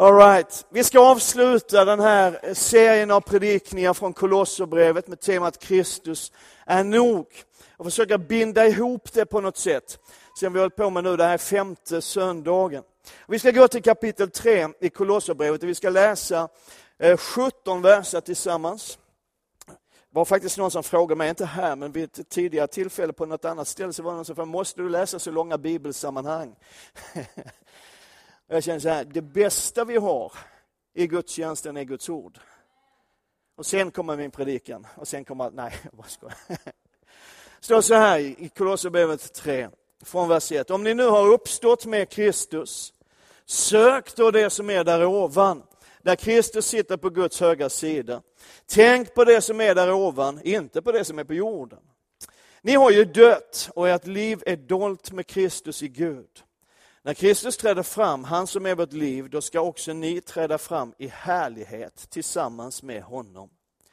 All right. Vi ska avsluta den här serien av predikningar från Kolosserbrevet med temat Kristus är nog. Och försöka binda ihop det på något sätt. Sen vi har hållit på med nu, det här 5:e söndagen. Vi ska gå till kapitel 3 i Kolosserbrevet och vi ska läsa 17 verser tillsammans. Det var faktiskt någon som frågade mig, inte här men vid ett tidigare tillfälle på något annat ställe, så var det någon som frågade, måste du läsa så långa bibelsammanhang? Jag känner så här, det bästa vi har i gudstjänsten är Guds ord. Och sen kommer min predikan. Och sen kommer, nej, jag bara skojar. Står så här i Kolosserbrevet 3, från vers 1. Om ni nu har uppstått med Kristus, sök då det som är där ovan, där Kristus sitter på Guds högra sida. Tänk på det som är där ovan, inte på det som är på jorden. Ni har ju dött och ert liv är dolt med Kristus i Gud. När Kristus träder fram, han som är vårt liv, då ska också ni träda fram i härlighet tillsammans med honom.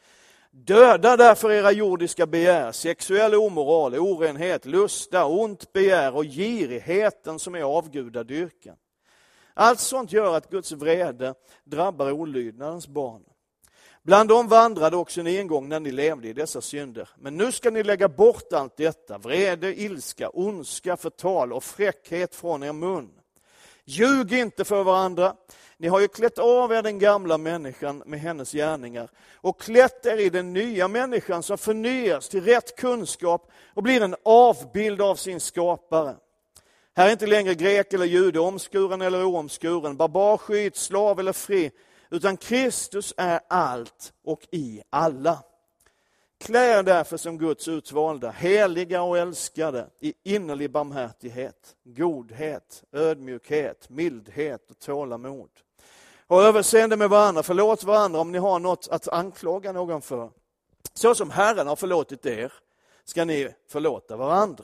Döda därför era jordiska begär, sexuell omoral, orenhet, lusta, ont begär och girigheten som är avgudadyrkan. Allt sånt gör att Guds vrede drabbar olydnadens barn. Bland dem vandrade också ni en gång när ni levde i dessa synder. Men nu ska ni lägga bort allt detta, vrede, ilska, ondska, förtal och fräckhet från er mun. Ljug inte för varandra. Ni har ju klätt av er den gamla människan med hennes gärningar och klätt er i den nya människan som förnyas till rätt kunskap och blir en avbild av sin skapare. Här är inte längre grek eller jude, omskuren eller oomskuren, barbar, skydd, slav eller fri, utan Kristus är allt och i alla. Klä er därför som Guds utvalda, heliga och älskade i innerlig barmhärtighet, godhet, ödmjukhet, mildhet och tålamod. Och överseende med varandra, förlåt varandra om ni har något att anklaga någon för. Så som Herren har förlåtit er ska ni förlåta varandra.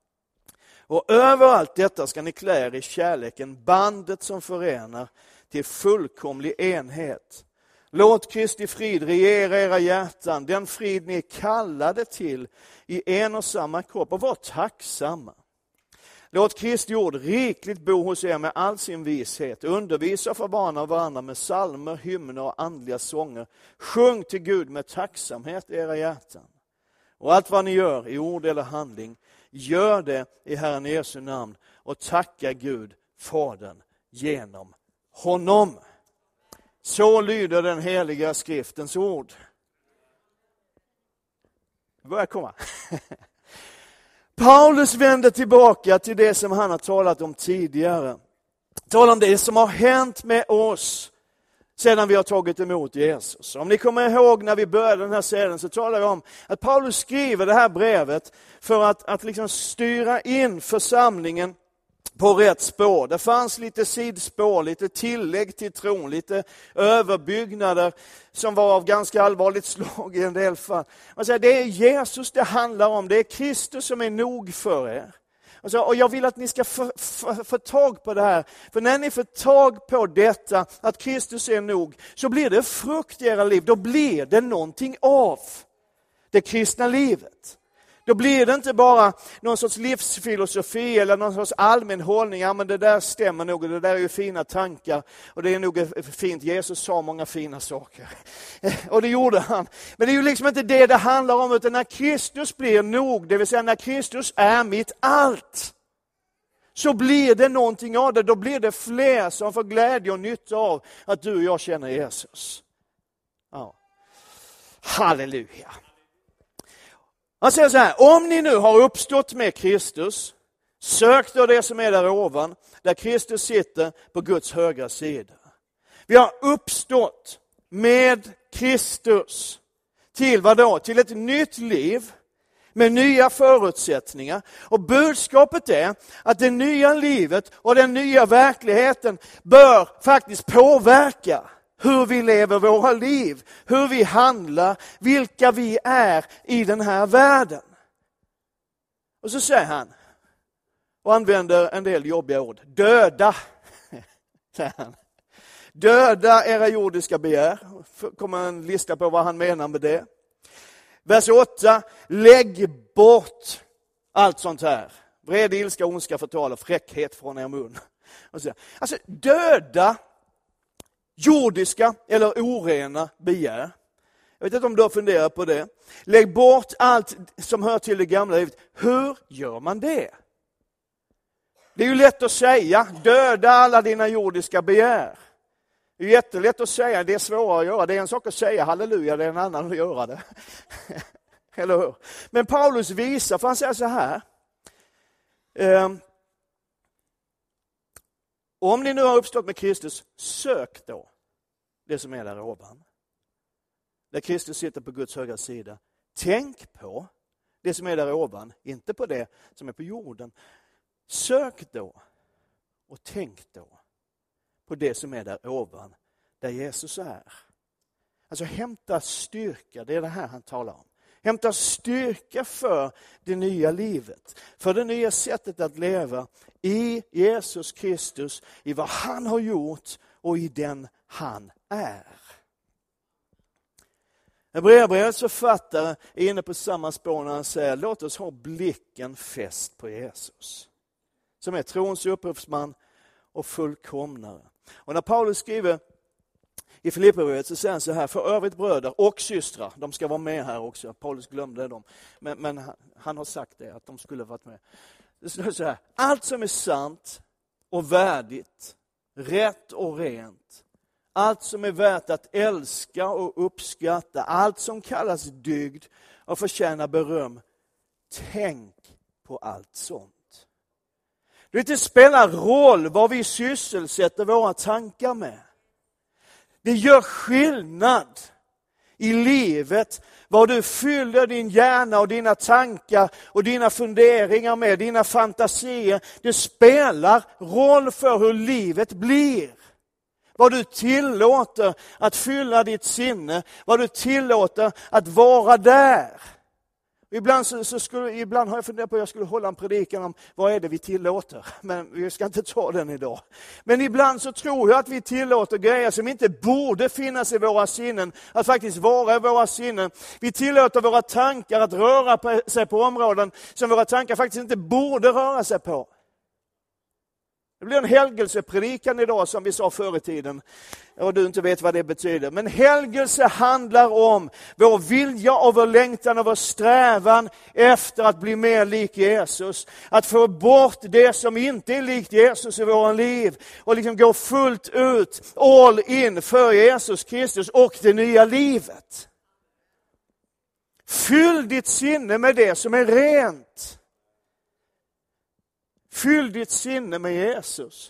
Och över allt detta ska ni klä er i kärleken, bandet som förenar till fullkomlig enhet. Låt Kristi frid regera era hjärtan, den frid ni är kallade till i en och samma kropp, och var tacksamma. Låt Kristi ord rikligt bo hos er med all sin vishet. Undervisa för barn av varandra med psalmer, hymner och andliga sånger. Sjung till Gud med tacksamhet i era hjärtan. Och allt vad ni gör i ord eller handling, gör det i Herren Jesu namn och tacka Gud, Fadern, genom honom. Så lyder den heliga skriftens ord. Det börjar komma. Paulus vänder tillbaka till det som han har talat om tidigare. Talar om det som har hänt med oss sedan vi har tagit emot Jesus. Om ni kommer ihåg när vi började den här serien, så talar vi om att Paulus skriver det här brevet för att liksom styra in församlingen på rätt spår. Det fanns lite sidspår, lite tillägg till tron, lite överbyggnader som var av ganska allvarligt slag i en del fall. Man säger, det är Jesus det handlar om, det är Kristus som är nog för er. Och jag vill att ni ska få tag på det här. För när ni får tag på detta, att Kristus är nog, så blir det frukt i era liv. Då blir det någonting av det kristna livet. Då blir det inte bara någon sorts livsfilosofi eller någon sorts allmän hållning. Ja, men det där stämmer nog, och det där är ju fina tankar. Och det är nog fint, Jesus sa många fina saker. Och det gjorde han. Men det är ju liksom inte det det handlar om, utan när Kristus blir nog, det vill säga när Kristus är mitt allt, så blir det någonting av det. Då blir det fler som får glädje och nytta av att du och jag känner Jesus. Ja. Halleluja. Han säger så här, om ni nu har uppstått med Kristus, sök då det som är där ovan, där Kristus sitter på Guds högra sida. Vi har uppstått med Kristus till vad då? Till ett nytt liv med nya förutsättningar. Och budskapet är att det nya livet och den nya verkligheten bör faktiskt påverka hur vi lever våra liv, hur vi handlar, vilka vi är i den här världen. Och så säger han, och använder en del jobbiga ord, döda, säger han. Döda era jordiska begär. Kommer en lista på vad han menar med det. Vers 8, lägg bort allt sånt här. Vrede, ilska, ondska, förtal och fräckhet från er mun. Och så, alltså döda jordiska eller orena begär. Jag vet inte om du har funderat på det. Lägg bort allt som hör till det gamla livet. Hur gör man det? Det är ju lätt att säga, döda alla dina jordiska begär. Det är jättelätt att säga, det är svårare att göra. Det är en sak att säga halleluja, det är en annan att göra det. Eller hur? Men Paulus visar, för han säger så här. Om ni nu har uppstått med Kristus, sök då det som är där ovan. Där Kristus sitter på Guds högra sida. Tänk på det som är där ovan, inte på det som är på jorden. Sök då och tänk då på det som är där ovan, där Jesus är. Alltså hämta styrka, det är det här han talar om. Hämta styrka för det nya livet, för det nya sättet att leva i Jesus Kristus, i vad han har gjort och i den han är. Hebreerbrevets författare är inne på samma spår när han säger, låt oss ha blicken fäst på Jesus, som är trons upphovsman och fullkomnare. Och när Paulus skriver i Filipperbrevet så säger han så här, för övrigt bröder och systrar, de ska vara med här också, Paulus glömde dem, men han har sagt det, att de skulle varit med. Det står så här, allt som är sant och värdigt, rätt och rent, allt som är värt att älska och uppskatta, allt som kallas dygd och förtjänar beröm, tänk på allt sånt. Det spelar roll vad vi sysselsätter våra tankar med. Det gör skillnad i livet vad du fyller din hjärna och dina tankar och dina funderingar med, dina fantasier. Det spelar roll för hur livet blir. Vad du tillåter att fylla ditt sinne, vad du tillåter att vara där. Ibland har jag funderat på att jag skulle hålla en predikan om vad är det vi tillåter. Men vi ska inte ta den idag. Men ibland så tror jag att vi tillåter grejer som inte borde finnas i våra sinnen. Att faktiskt vara i våra sinnen. Vi tillåter våra tankar att röra sig på områden som våra tankar faktiskt inte borde röra sig på. Det blir en helgelsepredikan idag som vi sa förr i tiden. Och du inte vet vad det betyder. Men helgelse handlar om vår vilja och vår längtan och vår strävan efter att bli mer lik Jesus. Att få bort det som inte är likt Jesus i våra liv. Och liksom gå fullt ut, all in för Jesus Kristus och det nya livet. Fyll ditt sinne med det som är rent. Fyll ditt sinne med Jesus.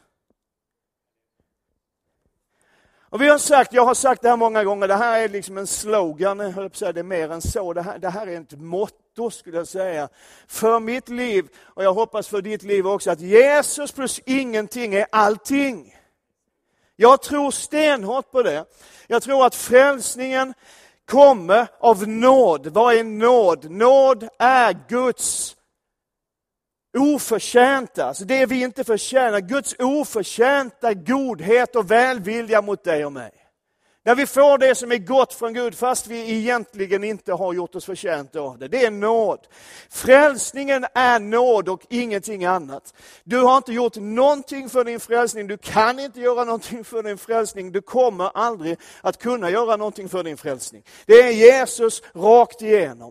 Och jag har sagt det här många gånger, det här är liksom en slogan, jag höll på att säga, det är mer än så. Det här är ett motto skulle jag säga, för mitt liv och jag hoppas för ditt liv också, att Jesus plus ingenting är allting. Jag tror stenhårt på det. Jag tror att frälsningen kommer av nåd. Vad är nåd? Nåd är Guds oförtjänta, alltså det vi inte förtjänar, Guds oförtjänta godhet och välvilja mot dig och mig. När vi får det som är gott från Gud fast vi egentligen inte har gjort oss förtjänta av det. Det är nåd. Frälsningen är nåd och ingenting annat. Du har inte gjort någonting för din frälsning. Du kan inte göra någonting för din frälsning. Du kommer aldrig att kunna göra någonting för din frälsning. Det är Jesus rakt igenom.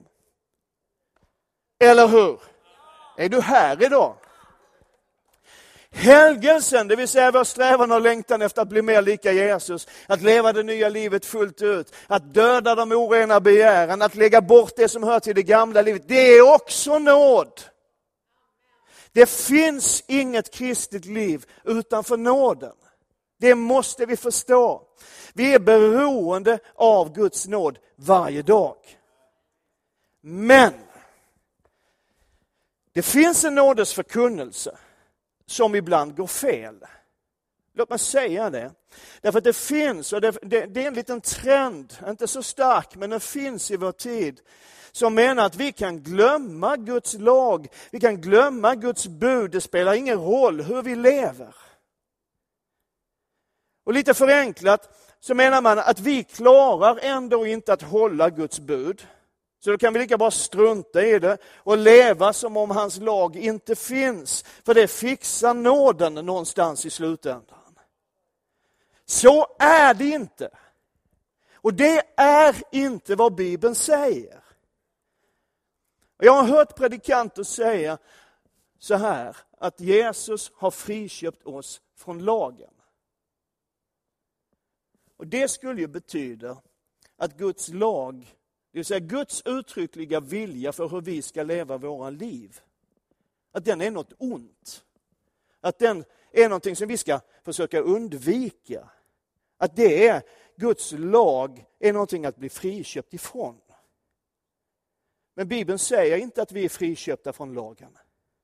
Eller hur? Är du här idag? Helgelsen, det vill säga vår strävan och längtan efter att bli mer lika Jesus, att leva det nya livet fullt ut, att döda de orena begären, att lägga bort det som hör till det gamla livet, det är också nåd. Det finns inget kristet liv utanför nåden. Det måste vi förstå. Vi är beroende av Guds nåd varje dag. Men det finns en nådesförkunnelse som ibland går fel. Låt mig säga det. Därför att det finns, och det är en liten trend, inte så stark, men den finns i vår tid, som menar att vi kan glömma Guds lag, vi kan glömma Guds bud, det spelar ingen roll hur vi lever. Och lite förenklat så menar man att vi klarar ändå inte att hålla Guds bud. Så då kan vi lika bara strunta i det och leva som om hans lag inte finns. För det fixar nåden någonstans i slutändan. Så är det inte. Och det är inte vad Bibeln säger. Jag har hört predikanter säga så här, att Jesus har friköpt oss från lagen. Och det skulle ju betyda att Guds lag, det vill säga Guds uttryckliga vilja för hur vi ska leva våra liv, att den är något ont. Att den är någonting som vi ska försöka undvika. Att det är Guds lag är någonting att bli friköpt ifrån. Men Bibeln säger inte att vi är friköpta från lagen.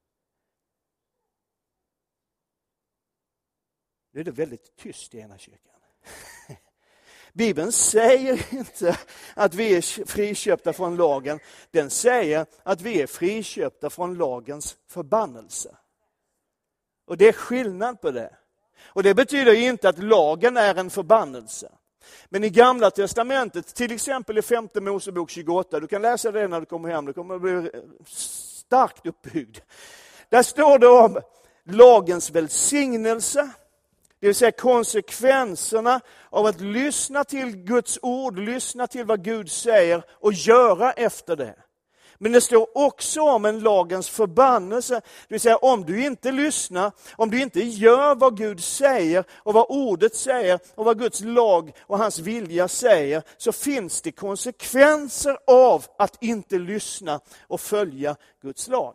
Nu är det väldigt tyst i ena kyrkan. Bibeln säger inte att vi är friköpta från lagen. Den säger att vi är friköpta från lagens förbannelse. Och det är skillnad på det. Och det betyder inte att lagen är en förbannelse. Men i Gamla testamentet, till exempel i 5:e Mosebok 28, du kan läsa det när du kommer hem, du kommer att bli starkt uppbyggd. Där står det om lagens välsignelse, det vill säga konsekvenserna av att lyssna till Guds ord, lyssna till vad Gud säger och göra efter det. Men det står också om en lagens förbannelse, det vill säga om du inte lyssnar, om du inte gör vad Gud säger och vad ordet säger och vad Guds lag och hans vilja säger, så finns det konsekvenser av att inte lyssna och följa Guds lag.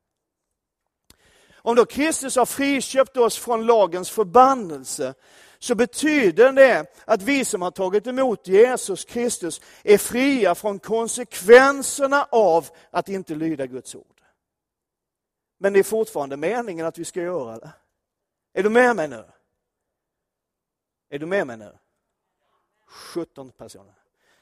Om då Kristus har friköpt oss från lagens förbannelse, så betyder det att vi som har tagit emot Jesus Kristus är fria från konsekvenserna av att inte lyda Guds ord. Men det är fortfarande meningen att vi ska göra det. Är du med mig nu? Är du med mig nu? 17 personer.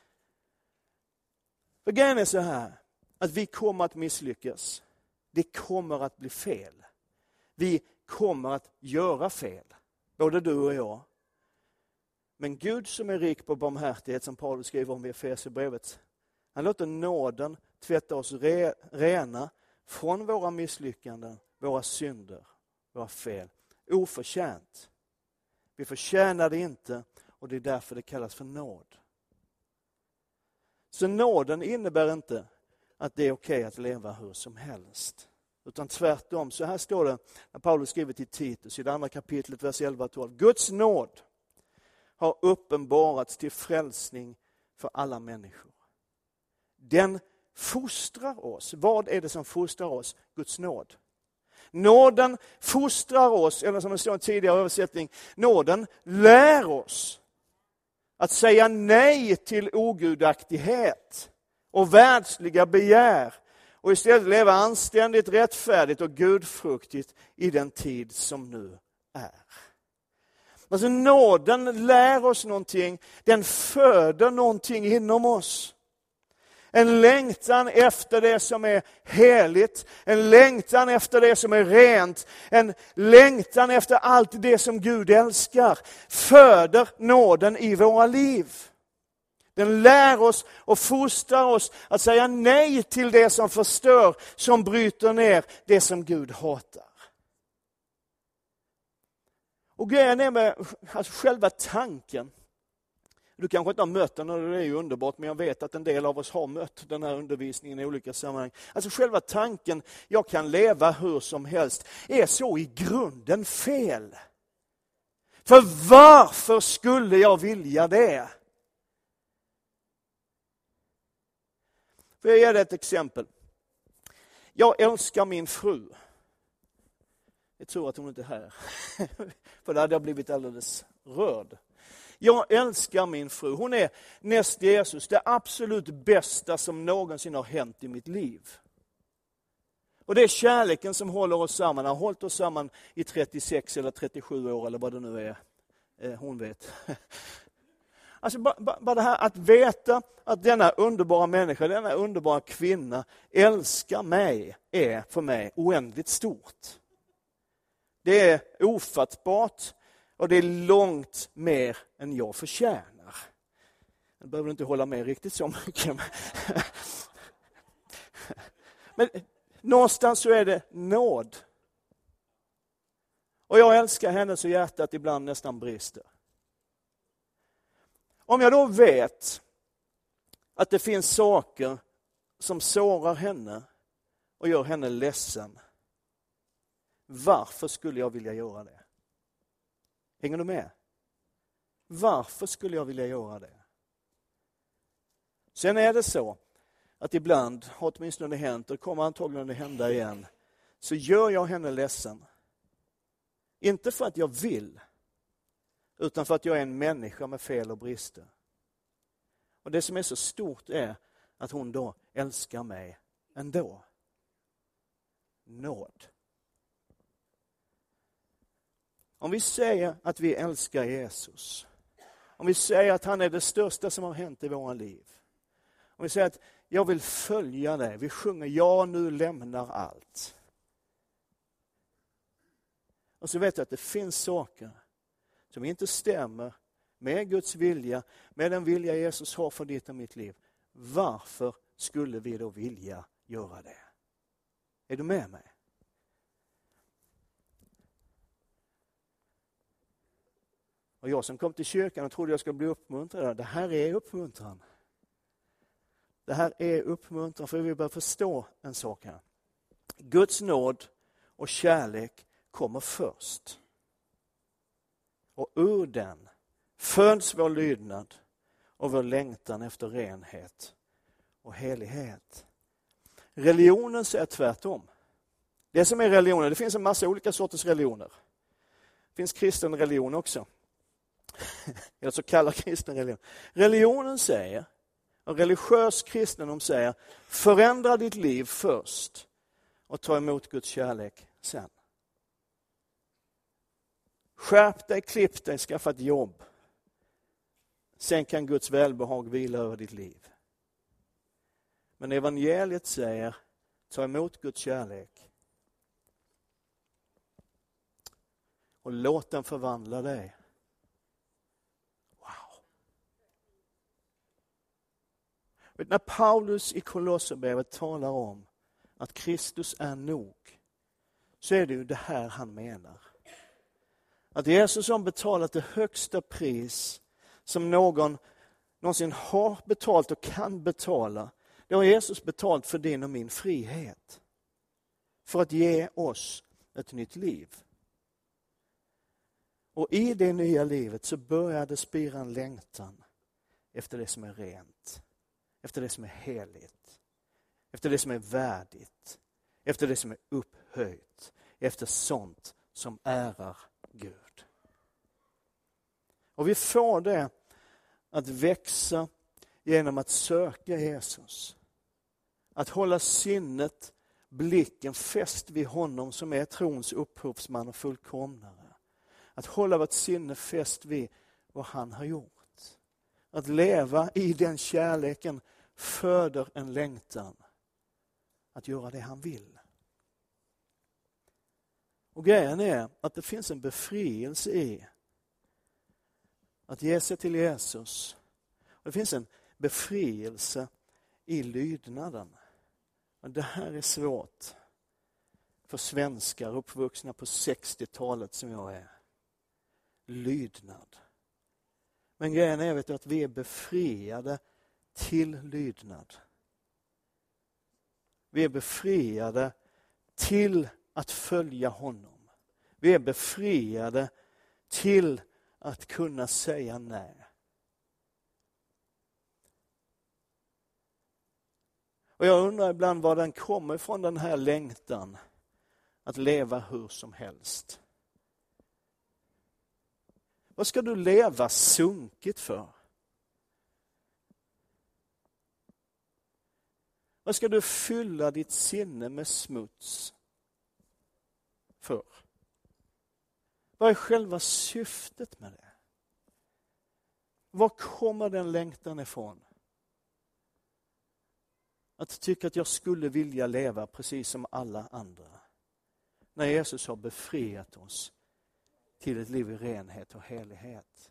För grejen är så här, att vi kommer att misslyckas. Det kommer att bli fel. Vi kommer att göra fel. Både du och jag. Men Gud som är rik på barmhärtighet, som Paulus skriver om i Efesierbrevet, han låter nåden tvätta oss rena från våra misslyckanden, våra synder, våra fel. Oförtjänt. Vi förtjänar det inte, och det är därför det kallas för nåd. Så nåden innebär inte att det är okej att leva hur som helst. Utan tvärtom, så här står det när Paulus skriver till Titus i det andra kapitlet, vers 11-12. Guds nåd har uppenbarats till frälsning för alla människor. Den fostrar oss. Vad är det som fostrar oss? Guds nåd. Nåden fostrar oss, eller som det står i en tidigare översättning, nåden lär oss att säga nej till ogudaktighet och världsliga begär och istället leva anständigt, rättfärdigt och gudfruktigt i den tid som nu är. Alltså nåden lär oss någonting, den föder någonting inom oss. En längtan efter det som är heligt, en längtan efter det som är rent, en längtan efter allt det som Gud älskar, föder nåden i våra liv. Den lär oss och fostrar oss att säga nej till det som förstör, som bryter ner det som Gud hatar. Och grejen är med alltså själva tanken. Du kanske inte har mött den och det är ju underbart, men jag vet att en del av oss har mött den här undervisningen i olika sammanhang. Alltså själva tanken, jag kan leva hur som helst, är så i grunden fel. För varför skulle jag vilja det? Får jag ge dig ett exempel? Jag älskar min fru. Jag tror att hon inte är här. För då hade jag blivit alldeles rörd. Jag älskar min fru. Hon är näst Jesus det absolut bästa som någonsin har hänt i mitt liv. Och det är kärleken som håller oss samman. Har hållit oss samman i 36 eller 37 år eller vad det nu är. Hon vet. Alltså bara det här att veta att denna underbara människa, denna underbara kvinna älskar mig är för mig oändligt stort. Det är ofattbart och det är långt mer än jag förtjänar. Jag behöver inte hålla med riktigt så mycket. Men någonstans så är det nåd. Och jag älskar henne så hjärtat ibland nästan brister. Om jag då vet att det finns saker som sårar henne och gör henne ledsen, varför skulle jag vilja göra det? Hänger du med? Varför skulle jag vilja göra det? Sen är det så att ibland har åtminstone det hänt, och kommer antagligen att hända igen, så gör jag henne ledsen. Inte för att jag vill, utan för att jag är en människa med fel och brister. Och det som är så stort är att hon då älskar mig ändå. Nåd. Om vi säger att vi älskar Jesus, om vi säger att han är det största som har hänt i våra liv, om vi säger att jag vill följa dig, vi sjunger jag nu lämnar allt. Och så vet jag att det finns saker som inte stämmer med Guds vilja, med den vilja Jesus har för ditt och mitt liv. Varför skulle vi då vilja göra det? Är du med mig? Och jag som kom till kyrkan och trodde jag skulle bli uppmuntrad, det här är uppmuntran. Det här är uppmuntran, för vi bör förstå en sak här. Guds nåd och kärlek kommer först. Och ur den föds vår lydnad och vår längtan efter renhet och helighet. Religionen säger tvärtom. Det som är religionen, det finns en massa olika sorters religioner. Det finns kristen religion också. Eller så kallad kristen religion. Religionen säger, och religiös kristendom säger, förändra ditt liv först och ta emot Guds kärlek sen. Skärp dig, klipp dig, skaffa ett jobb. Sen kan Guds välbehag vila över ditt liv. Men evangeliet säger, ta emot Guds kärlek. Och låt den förvandla dig. Wow. När Paulus i Kolosserbrevet talar om att Kristus är nog, så är det ju det här han menar. Att Jesus har betalat det högsta pris som någon någonsin har betalt och kan betala. Det har Jesus betalt för din och min frihet. För att ge oss ett nytt liv. Och i det nya livet så börjar det spira en längtan efter det som är rent. Efter det som är heligt. Efter det som är värdigt. Efter det som är upphöjt. Efter sånt som ärar Gud. Och vi får det att växa genom att söka Jesus. Att hålla sinnet, blicken fäst vid honom som är trons upphovsman och fullkomnare. Att hålla vårt sinne fäst vid vad han har gjort. Att leva i den kärleken föder en längtan att göra det han vill. Och grejen är att det finns en befrielse i att ge sig till Jesus. Och det finns en befrielse i lydnaden. Och det här är svårt för svenskar uppvuxna på 60-talet som jag är. Lydnad. Men grejen är, vet du, att vi är befriade till lydnad. Vi är befriade till att följa honom. Vi är befriade till att kunna säga nej. Och jag undrar ibland var den kommer ifrån, den här längtan att leva hur som helst. Vad ska du leva sunkigt för? Vad ska du fylla ditt sinne med smuts för? Vad är själva syftet med det? Var kommer den längtan ifrån? Att tycka att jag skulle vilja leva precis som alla andra. När Jesus har befriat oss till ett liv i renhet och helighet.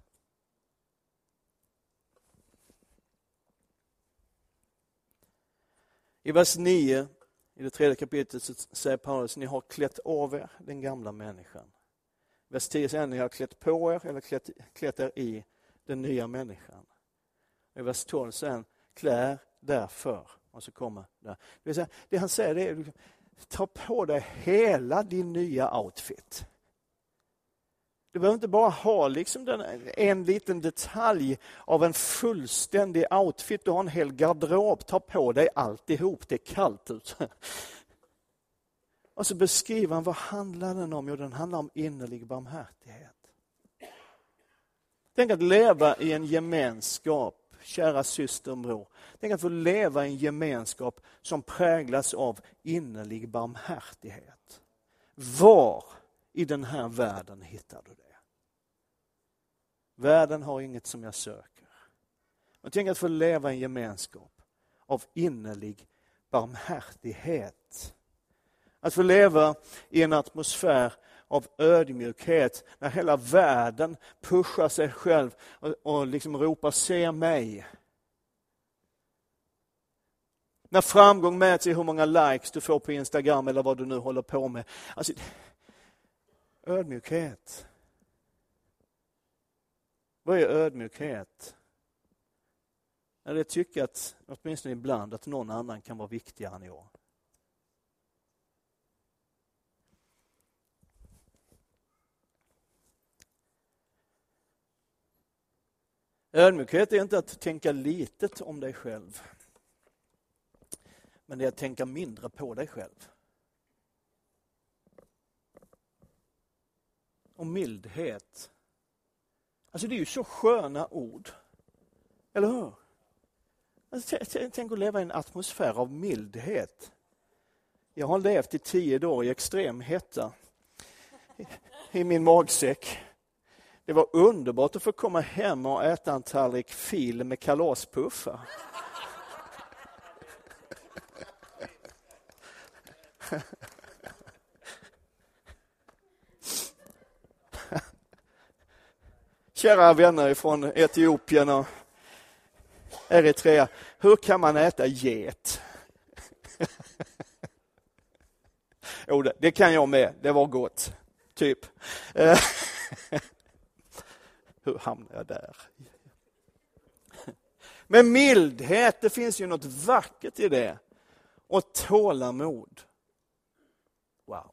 I vers 9 i det 3:e kapitlet så säger Paulus: ni har klätt av er den gamla människan. Vers 10 säger: ni har klätt på er eller klätt er i den nya människan. I vers 12 säger han, klär därför. Och så kommer det. Det vill säga, det han säger är, ta på dig hela din nya outfit. Du behöver inte bara ha liksom en liten detalj av en fullständig outfit. Du har en hel garderob. Ta på dig alltihop. Det är kallt ut. Och så beskriver han, vad handlar den om? Jo, den handlar om innerlig barmhärtighet. Tänk att leva i en gemenskap, kära syster och bror. Tänk att få leva i en gemenskap som präglas av innerlig barmhärtighet. Var i den här världen hittar du det? Världen har inget som jag söker. Och tänk att få leva i en gemenskap av innerlig barmhärtighet. Att få leva i en atmosfär av ödmjukhet när hela världen pushar sig själv och liksom ropar, se mig. När framgång mäts i hur många likes du får på Instagram eller vad du nu håller på med. Alltså, ödmjukhet. Vad är ödmjukhet? Jag tycker att, åtminstone ibland, att någon annan kan vara viktigare än jag. Ödmjukhet är inte att tänka litet om dig själv. Men det är att tänka mindre på dig själv. Och mildhet. Alltså det är ju så sköna ord. Eller hur? Alltså, tänk att leva i en atmosfär av mildhet. Jag har levt i 10 dagar i extrem hetta. I min magsäck. Det var underbart att få komma hem och äta en tallrik fil med kalaspuffar. Kära vänner från Etiopien och Eritrea, hur kan man äta get? Jo, det kan jag med, det var gott, typ. Hur hamnar jag där? Men mildhet, det finns ju något vackert i det. Och tålamod. Wow.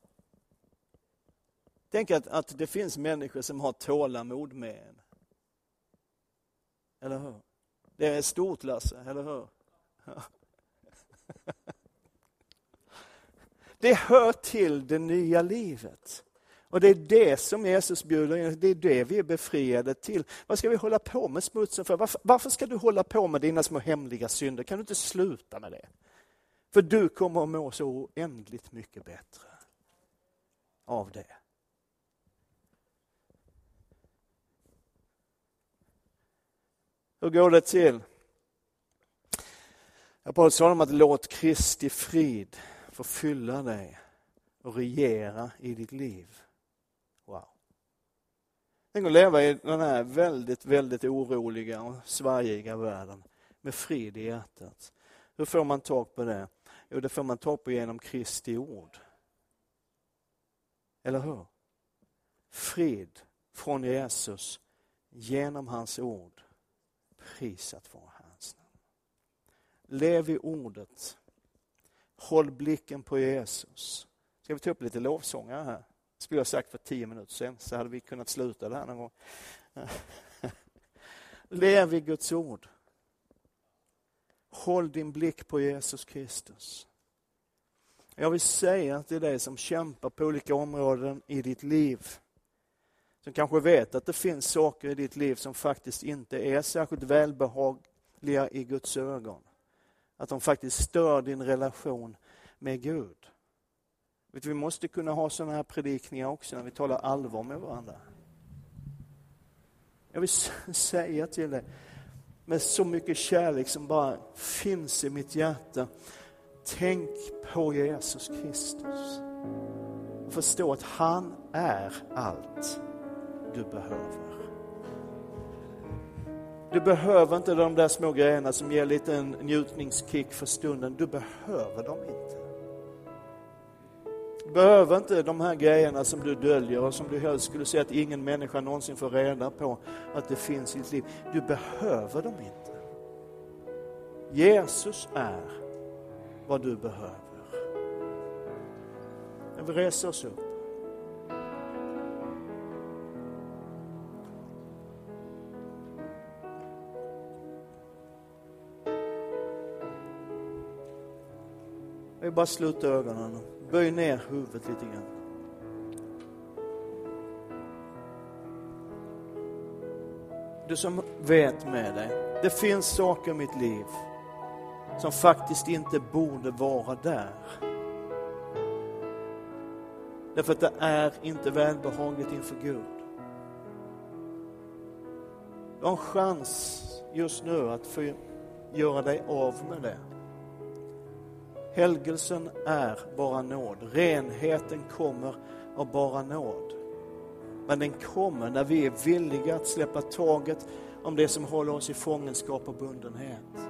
Tänk att det finns människor som har tålamod med en. Eller hur? Det är stort, Lasse, eller hur? Ja. Det hör till det nya livet. Och det är det som Jesus bjuder in. Det är det vi är befriade till. Vad ska vi hålla på med smutsen för? Varför ska du hålla på med dina små hemliga synder? Kan du inte sluta med det? För du kommer att må så oändligt mycket bättre av det. Hur går det till? Jag bara sa om att låt Kristi frid få fylla dig och regera i ditt liv. Wow. Tänk att leva i den här väldigt, väldigt oroliga och svajiga världen med frid i hjärtat. Hur får man tag på det? Jo, det får man tag på genom Kristi ord. Eller hur? Frid från Jesus genom hans ord. Prisat vara hans namn. Lev i ordet. Håll blicken på Jesus. Ska vi ta upp lite lovsånger här? Skulle jag sagt för 10 minuter sedan så hade vi kunnat sluta det här någon gång. Lev i Guds ord. Håll din blick på Jesus Kristus. Jag vill säga till dig som kämpar på olika områden i ditt liv. Som kanske vet att det finns saker i ditt liv som faktiskt inte är särskilt välbehagliga i Guds ögon. Att de faktiskt stör din relation med Gud. Vi måste kunna ha sådana här predikningar också när vi talar allvar med varandra. Jag vill säga till dig med så mycket kärlek som bara finns i mitt hjärta. Tänk på Jesus Kristus. Och förstå att han är allt du behöver. Du behöver inte de där små grejerna som ger lite en njutningskick för stunden. Du behöver dem inte. Du behöver inte de här grejerna som du döljer och som du helst skulle säga att ingen människa någonsin får reda på att det finns i ditt liv. Du behöver dem inte. Jesus är vad du behöver. När vi reser oss upp. Vi bara sluta ögonen och böj ner huvudet lite grann. Du som vet med dig, det finns saker i mitt liv som faktiskt inte borde vara där. Därför att det är inte välbehagligt inför Gud. Du har en chans just nu att få göra dig av med det. Helgelsen är bara nåd. Renheten kommer av bara nåd. Men den kommer när vi är villiga att släppa taget om det som håller oss i fångenskap och bundenhet.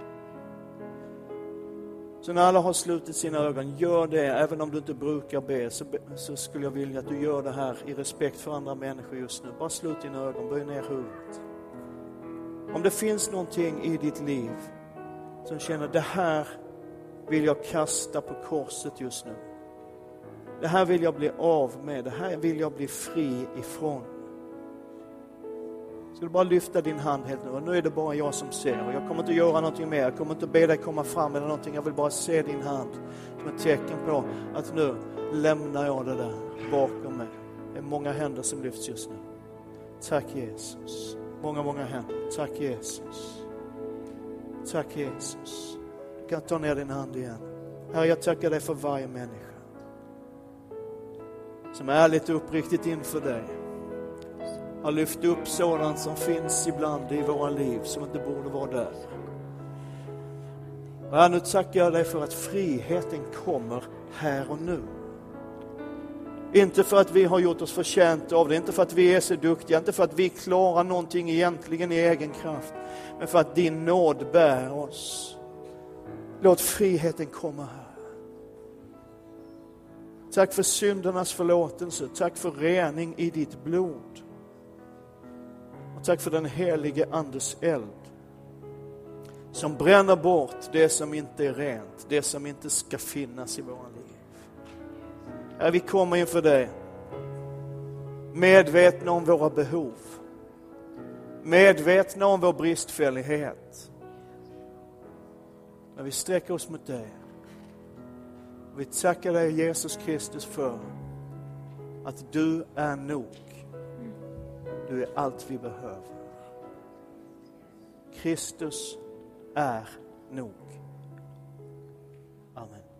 Så när alla har slutit sina ögon, gör det. Även om du inte brukar be, så skulle jag vilja att du gör det här i respekt för andra människor just nu. Bara slut dina ögon, böj ner huvudet. Om det finns någonting i ditt liv som känner, det här vill jag kasta på korset just nu. Det här vill jag bli av med. Det här vill jag bli fri ifrån. Så du bara lyfta din hand helt nu. Och nu är det bara jag som ser. Och jag kommer inte göra någonting mer. Jag kommer inte be dig komma fram eller någonting. Jag vill bara se din hand som ett tecken på att nu lämnar jag det där bakom mig. Det är många händer som lyfts just nu. Tack Jesus. Många händer. Tack Jesus. Tack Jesus. Du kan ta ner din hand igen. Herre, jag tackar dig för varje människa som är ärligt och uppriktigt inför dig har lyft upp sådant som finns ibland i våra liv som inte borde vara där. Och nu tackar jag dig för att friheten kommer här och nu. Inte för att vi har gjort oss förtjänta av det, inte för att vi är så duktiga, inte för att vi klarar någonting egentligen i egen kraft, men för att din nåd bär oss. Låt friheten komma här. Tack för syndernas förlåtelse. Tack för rening i ditt blod. Och tack för den helige Andes eld som bränner bort det som inte är rent, det som inte ska finnas i våra liv. Här vi kommer inför dig medvetna om våra behov, medvetna om vår bristfällighet. När vi sträcker oss mot dig. Vi tackar dig Jesus Kristus för att du är nog. Du är allt vi behöver. Kristus är nog. Amen.